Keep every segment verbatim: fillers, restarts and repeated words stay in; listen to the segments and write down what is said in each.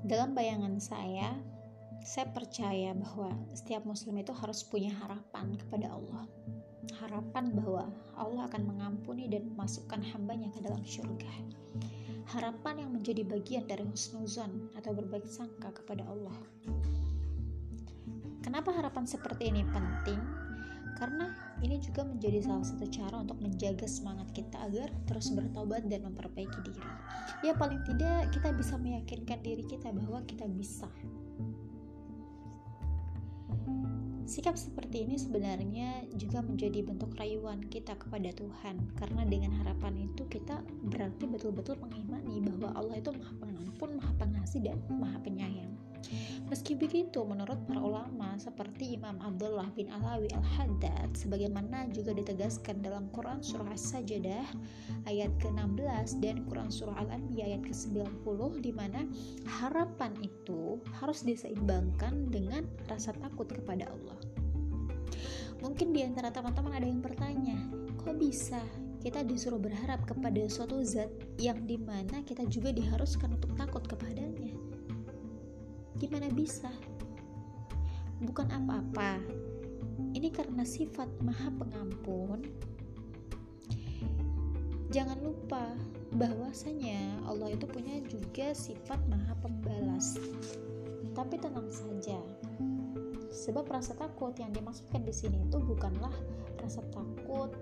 Dalam bayangan saya, saya percaya bahwa setiap muslim itu harus punya harapan kepada Allah. Harapan bahwa Allah akan mengampuni dan memasukkan hambanya ke dalam syurga. Harapan yang menjadi bagian dari husnuzon atau berbaik sangka kepada Allah. Kenapa harapan seperti ini penting? Karena ini juga menjadi salah satu cara untuk menjaga semangat kita agar terus bertobat dan memperbaiki diri. Ya paling tidak kita bisa meyakinkan diri kita bahwa kita bisa. Sikap seperti ini sebenarnya juga menjadi bentuk rayuan kita kepada Tuhan, karena dengan harapan itu kita berarti betul-betul mengimani bahwa Allah itu Maha Pengampun, Maha Pengasih, dan Maha Penyayang. Meski begitu, menurut para ulama seperti Imam Abdullah bin Alawi Al-Haddad, sebagaimana juga ditegaskan dalam Quran Surah As-Sajdah ayat ke enam belas dan Quran Surah Al-Anbiya ayat ke sembilan puluh, di mana harapan itu harus diseimbangkan dengan rasa takut kepada Allah. Mungkin di antara teman-teman ada yang bertanya, kok bisa kita disuruh berharap kepada suatu zat yang dimana kita juga diharuskan untuk takut kepadanya? Gimana bisa? Bukan apa-apa. Ini karena sifat Maha Pengampun. Jangan lupa bahwasanya Allah itu punya juga sifat Maha Pembalas. Tapi tenang saja. Sebab rasa takut yang dimaksudkan di sini itu bukanlah rasa takut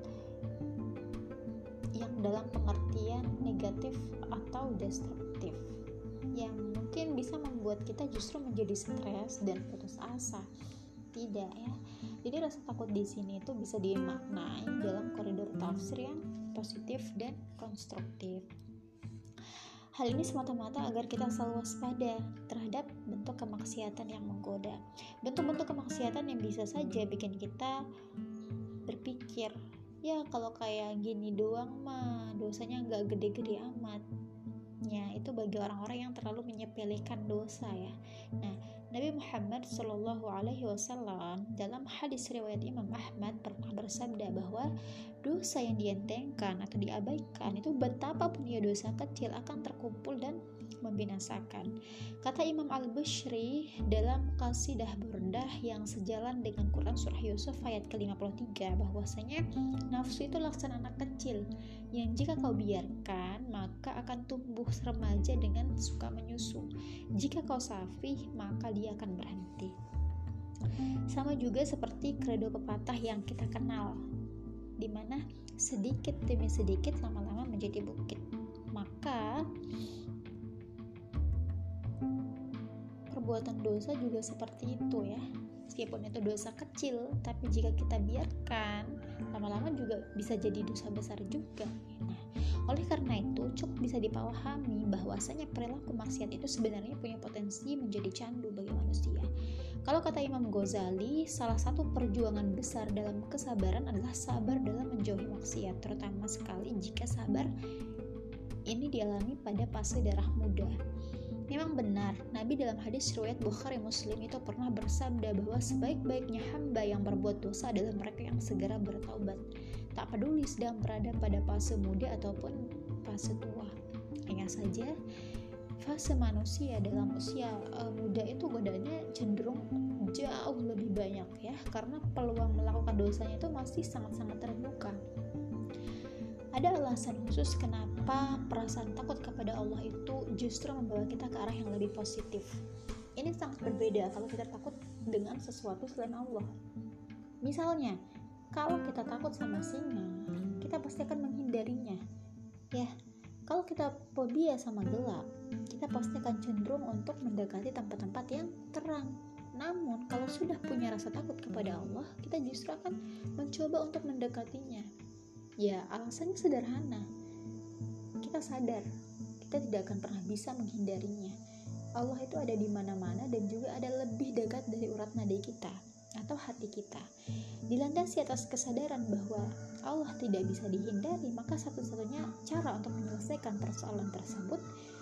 yang dalam pengertian negatif atau destruktif, yang mungkin bisa membuat kita justru menjadi stres dan putus asa. Tidak ya. Jadi rasa takut di sini itu bisa dimaknai dalam koridor tafsir yang positif dan konstruktif. Hal ini semata-mata agar kita selalu waspada terhadap bentuk kemaksiatan yang menggoda. Bentuk-bentuk kemaksiatan yang bisa saja bikin kita berpikir, ya kalau kayak gini doang mah dosanya gak gede-gede amat. Ya, itu bagi orang-orang yang terlalu menyepelekan dosa ya. Nah, Nabi Muhammad shallallahu alaihi wasallam dalam hadis riwayat Imam Ahmad pernah bersabda bahwa dosa yang dientengkan atau diabaikan itu betapapun ia dosa kecil akan terkumpul dan membinasakan. Kata Imam Al-Bushri dalam Qasidah Burdah yang sejalan dengan Quran Surah Yusuf ayat ke lima puluh tiga, bahwasanya nafsu itu laksana anak kecil yang jika kau biarkan maka akan tumbuh remaja dengan suka menyusu. Jika kau safih maka dia akan berhenti. Sama juga seperti kredo pepatah yang kita kenal, dimana sedikit demi sedikit lama-lama menjadi bukit. Maka perbuatan dosa juga seperti itu ya. Meskipun itu dosa kecil, tapi jika kita biarkan, lama-lama juga bisa jadi dosa besar juga. Nah, oleh karena itu cukup bisa dipahami bahwasanya perilaku maksiat itu sebenarnya punya potensi menjadi candu bagi manusia. Kalau kata Imam Ghazali, salah satu perjuangan besar dalam kesabaran adalah sabar dalam menjauhi maksiat, terutama sekali jika sabar ini dialami pada fase darah muda. Memang benar, Nabi dalam hadis riwayat Bukhari Muslim itu pernah bersabda bahwa sebaik-baiknya hamba yang berbuat dosa adalah mereka yang segera bertaubat, tak peduli sedang berada pada fase muda ataupun fase tua. Ingat saja, fase manusia dalam usia uh, muda itu godaannya cenderung jauh lebih banyak ya, karena peluang melakukan dosanya itu masih sangat-sangat terbuka. Ada alasan khusus kenapa perasaan takut kepada Allah itu justru membawa kita ke arah yang lebih positif. Ini sangat berbeda kalau kita takut dengan sesuatu selain Allah. Misalnya, kalau kita takut sama singa, kita pasti akan menghindarinya. Ya, kalau kita fobia sama gelap, kita pasti akan cenderung untuk mendekati tempat-tempat yang terang. Namun, kalau sudah punya rasa takut kepada Allah, kita justru akan mencoba untuk mendekatinya. Ya, alasannya sederhana. Kita sadar, kita tidak akan pernah bisa menghindarinya. Allah itu ada di mana-mana dan juga ada lebih dekat dari urat nadi kita atau hati kita. Dilandasi atas kesadaran bahwa Allah tidak bisa dihindari, maka satu-satunya cara untuk menyelesaikan persoalan tersebut,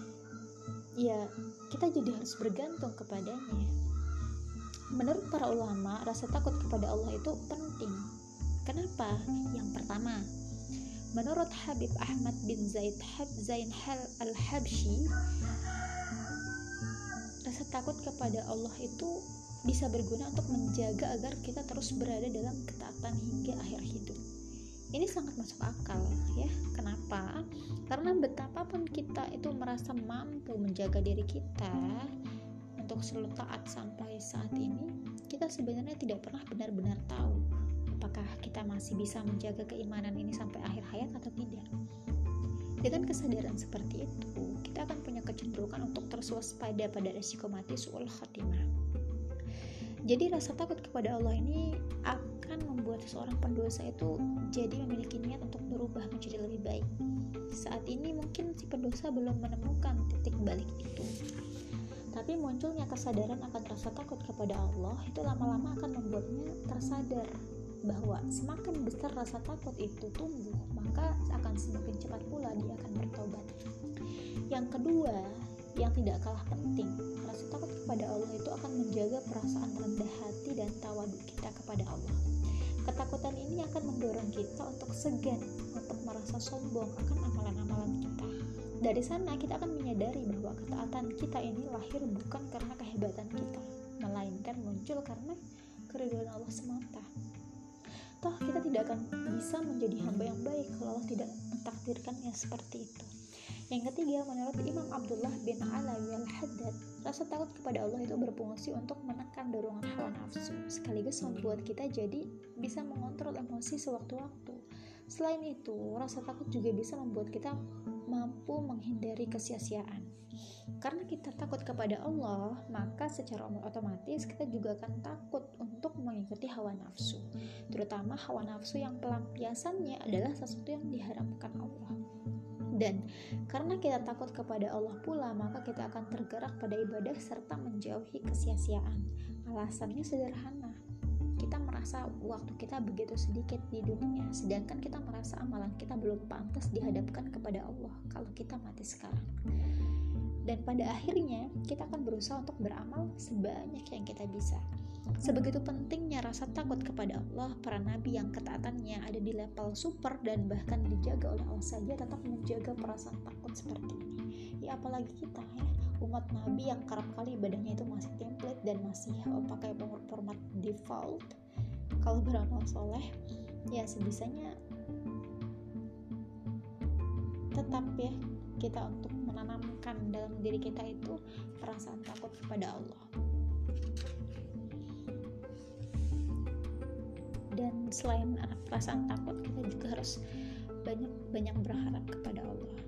ya kita jadi harus bergantung kepadanya. Menurut para ulama, rasa takut kepada Allah itu penting. Kenapa? Yang pertama, menurut Habib Ahmad bin Zaid Hab Zain Al-Habsyi, takut kepada Allah itu bisa berguna untuk menjaga agar kita terus berada dalam ketaatan hingga akhir hidup. Ini sangat masuk akal ya. Kenapa? Karena betapapun kita itu merasa mampu menjaga diri kita untuk selalu taat sampai saat ini, kita sebenarnya tidak pernah benar-benar tahu apakah kita masih bisa menjaga keimanan ini sampai akhir hayat atau tidak. Dengan kesadaran seperti itu, kita akan punya kecenderungan untuk terus waspada pada resiko mati su'ul khatimah. Jadi rasa takut kepada Allah ini akan membuat seorang pendosa itu jadi memiliki niat untuk berubah menjadi lebih baik. Saat ini mungkin si pendosa belum menemukan titik balik itu, tapi munculnya kesadaran akan rasa takut kepada Allah itu lama-lama akan membuatnya tersadar bahwa semakin besar rasa takut itu tumbuh, maka akan semakin cepat pula dia akan bertobat. Yang kedua, yang tidak kalah penting, rasa takut kepada Allah itu akan menjaga perasaan rendah hati dan tawadu kita kepada Allah. Ketakutan ini akan mendorong kita untuk segan, untuk merasa sombong akan amalan-amalan kita. Dari sana kita akan menyadari bahwa ketaatan kita ini lahir bukan karena kehebatan kita, melainkan muncul karena keridhaan Allah semata. Toh kita tidak akan bisa menjadi hamba yang baik kalau Allah tidak mentakdirkannya seperti itu. Yang ketiga, menurut Imam Abdullah bin Alawi al-Haddad, rasa takut kepada Allah itu berfungsi untuk menekan dorongan hawa nafsu, sekaligus membuat kita jadi bisa mengontrol emosi sewaktu-waktu. Selain itu, rasa takut juga bisa membuat kita mampu menghindari kesia-siaan. Karena kita takut kepada Allah, maka secara otomatis kita juga akan takut untuk mengikuti hawa nafsu, terutama hawa nafsu yang pelampiasannya adalah sesuatu yang diharamkan Allah. Dan karena kita takut kepada Allah pula, maka kita akan tergerak pada ibadah serta menjauhi kesia-siaan. Alasannya sederhana, kita merasa waktu kita begitu sedikit di dunia, sedangkan kita merasa amalan kita belum pantas dihadapkan kepada Allah kalau kita mati sekarang. Dan pada akhirnya kita akan berusaha untuk beramal sebanyak yang kita bisa. Sebegitu pentingnya rasa takut kepada Allah, para nabi yang ketaatannya ada di level super dan bahkan dijaga oleh Allah saja tetap menjaga perasaan takut seperti ini. Ya apalagi kita ya, umat nabi yang kerap kali ibadahnya itu masih template dan masih oh, pakai format default. Kalau beramal soleh, ya sebisanya tetap ya kita untuk menanamkan dalam diri kita itu perasaan takut kepada Allah. Dan selain perasaan takut, kita juga harus banyak-banyak berharap kepada Allah.